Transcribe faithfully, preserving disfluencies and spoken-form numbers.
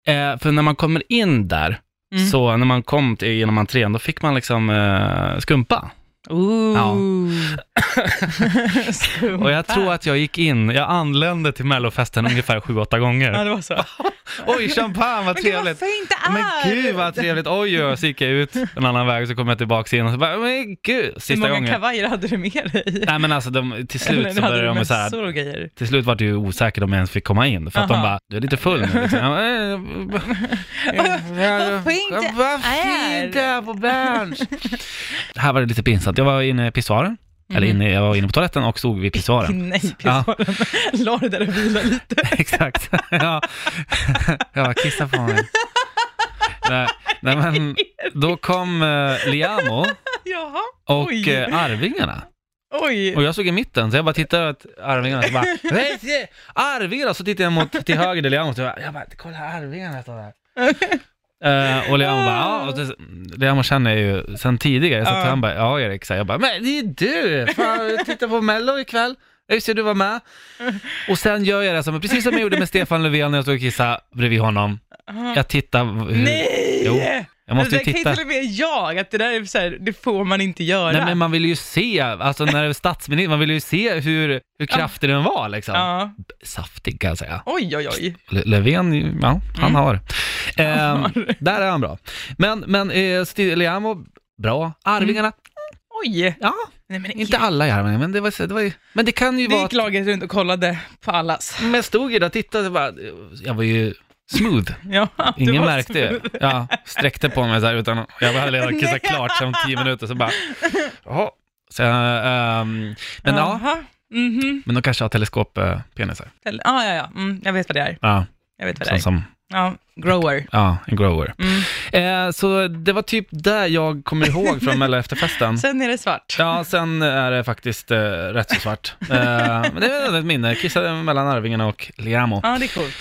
Eh, för när man kommer in där, mm. så när man kom till, genom entrén, då fick man liksom eh, skumpa. Ooh. Ja. Och jag tror att jag gick in, jag anlände till Mellofesten ungefär sju åtta gånger. Ja, det var så. Oj, champagne, vad trevligt. Men gud, vad fint Men gud, vad trevligt. Oj, oj, så gick jag ut en annan väg, så kom jag tillbaka in och så bara, men gud, sista gången. Hur många gången. kavajer hade du med dig? Nej, men alltså, de, till slut Eller så började de med så här, till slut var det ju osäkert om jag ens fick komma in. För att Aha. de bara, du är lite full nu. Liksom. Vad fint Vad fint det är på Berns. Här var det lite pinsamt. Jag var inne i pissoaren. Mm. Eller inne, jag var inne på toaletten och stod vid pissoaren. Nej, pissoaren. Ja. La du där och vila lite. Exakt. Ja. Jag var kissa på mig. Nej, nej, men då kom uh, Liamo och uh, Arvingarna. Oj. Och jag såg i mitten, så jag bara tittade åt Arvingarna och bara, Arvingarna, så tittade jag mot till höger till Liamo, så jag bara, jag bara kolla Arvingarna står där. Uh, och Liamo bara, ja, och det, Liamo känner ju sen tidigare, så uh. han bara, ja Erik, så jag bara, men det är du, fan, titta på Mello ikväll. Jag ser du var med. Och sen gör jag det som, precis som jag gjorde med Stefan Löfven när jag stod och kissade bredvid honom. Jag tittar hur, nej! Jo, jag måste det ju titta. Kan till och med jag, att det där är så här, det får man inte göra. Nej, men man vill ju se, alltså när det är statsminister, man vill ju se hur, hur kraftig den var liksom. Ja. Saftig kan jag säga. Oj, oj, oj. L- Löfven, ja, han mm. har. Eh, där är han bra. Men, men eh, Liamo, bra. Arvingarna. Mm. Oj. Ja. Nej, men inte alla i Arvingarna, men det var, det var men det kan ju det vara... gick laget runt och kollade på allas. Men jag stod ju där och tittade och bara, jag var ju smooth. Ja, ingen märkte det. Ja, sträckte på mig så här, utan jag var redan kissat klart sen tio minuter, så bara, jaha. Så, um, men Aha. ja, mm-hmm. men de kanske har teleskoppenisar. Tele- ah, ja, ja, mm, jag vet vad det är. Ja, jag vet vad det är. Som, ja, grower. Ja, en grower. Mm. Eh, så det var typ där jag kommer ihåg från Mello efterfesten. Sen är det svart. Ja, sen är det faktiskt eh, rätt så svart. Eh, men det är ett minne. Kissade mellan Arvingarna och Liamo. Ja, det är coolt.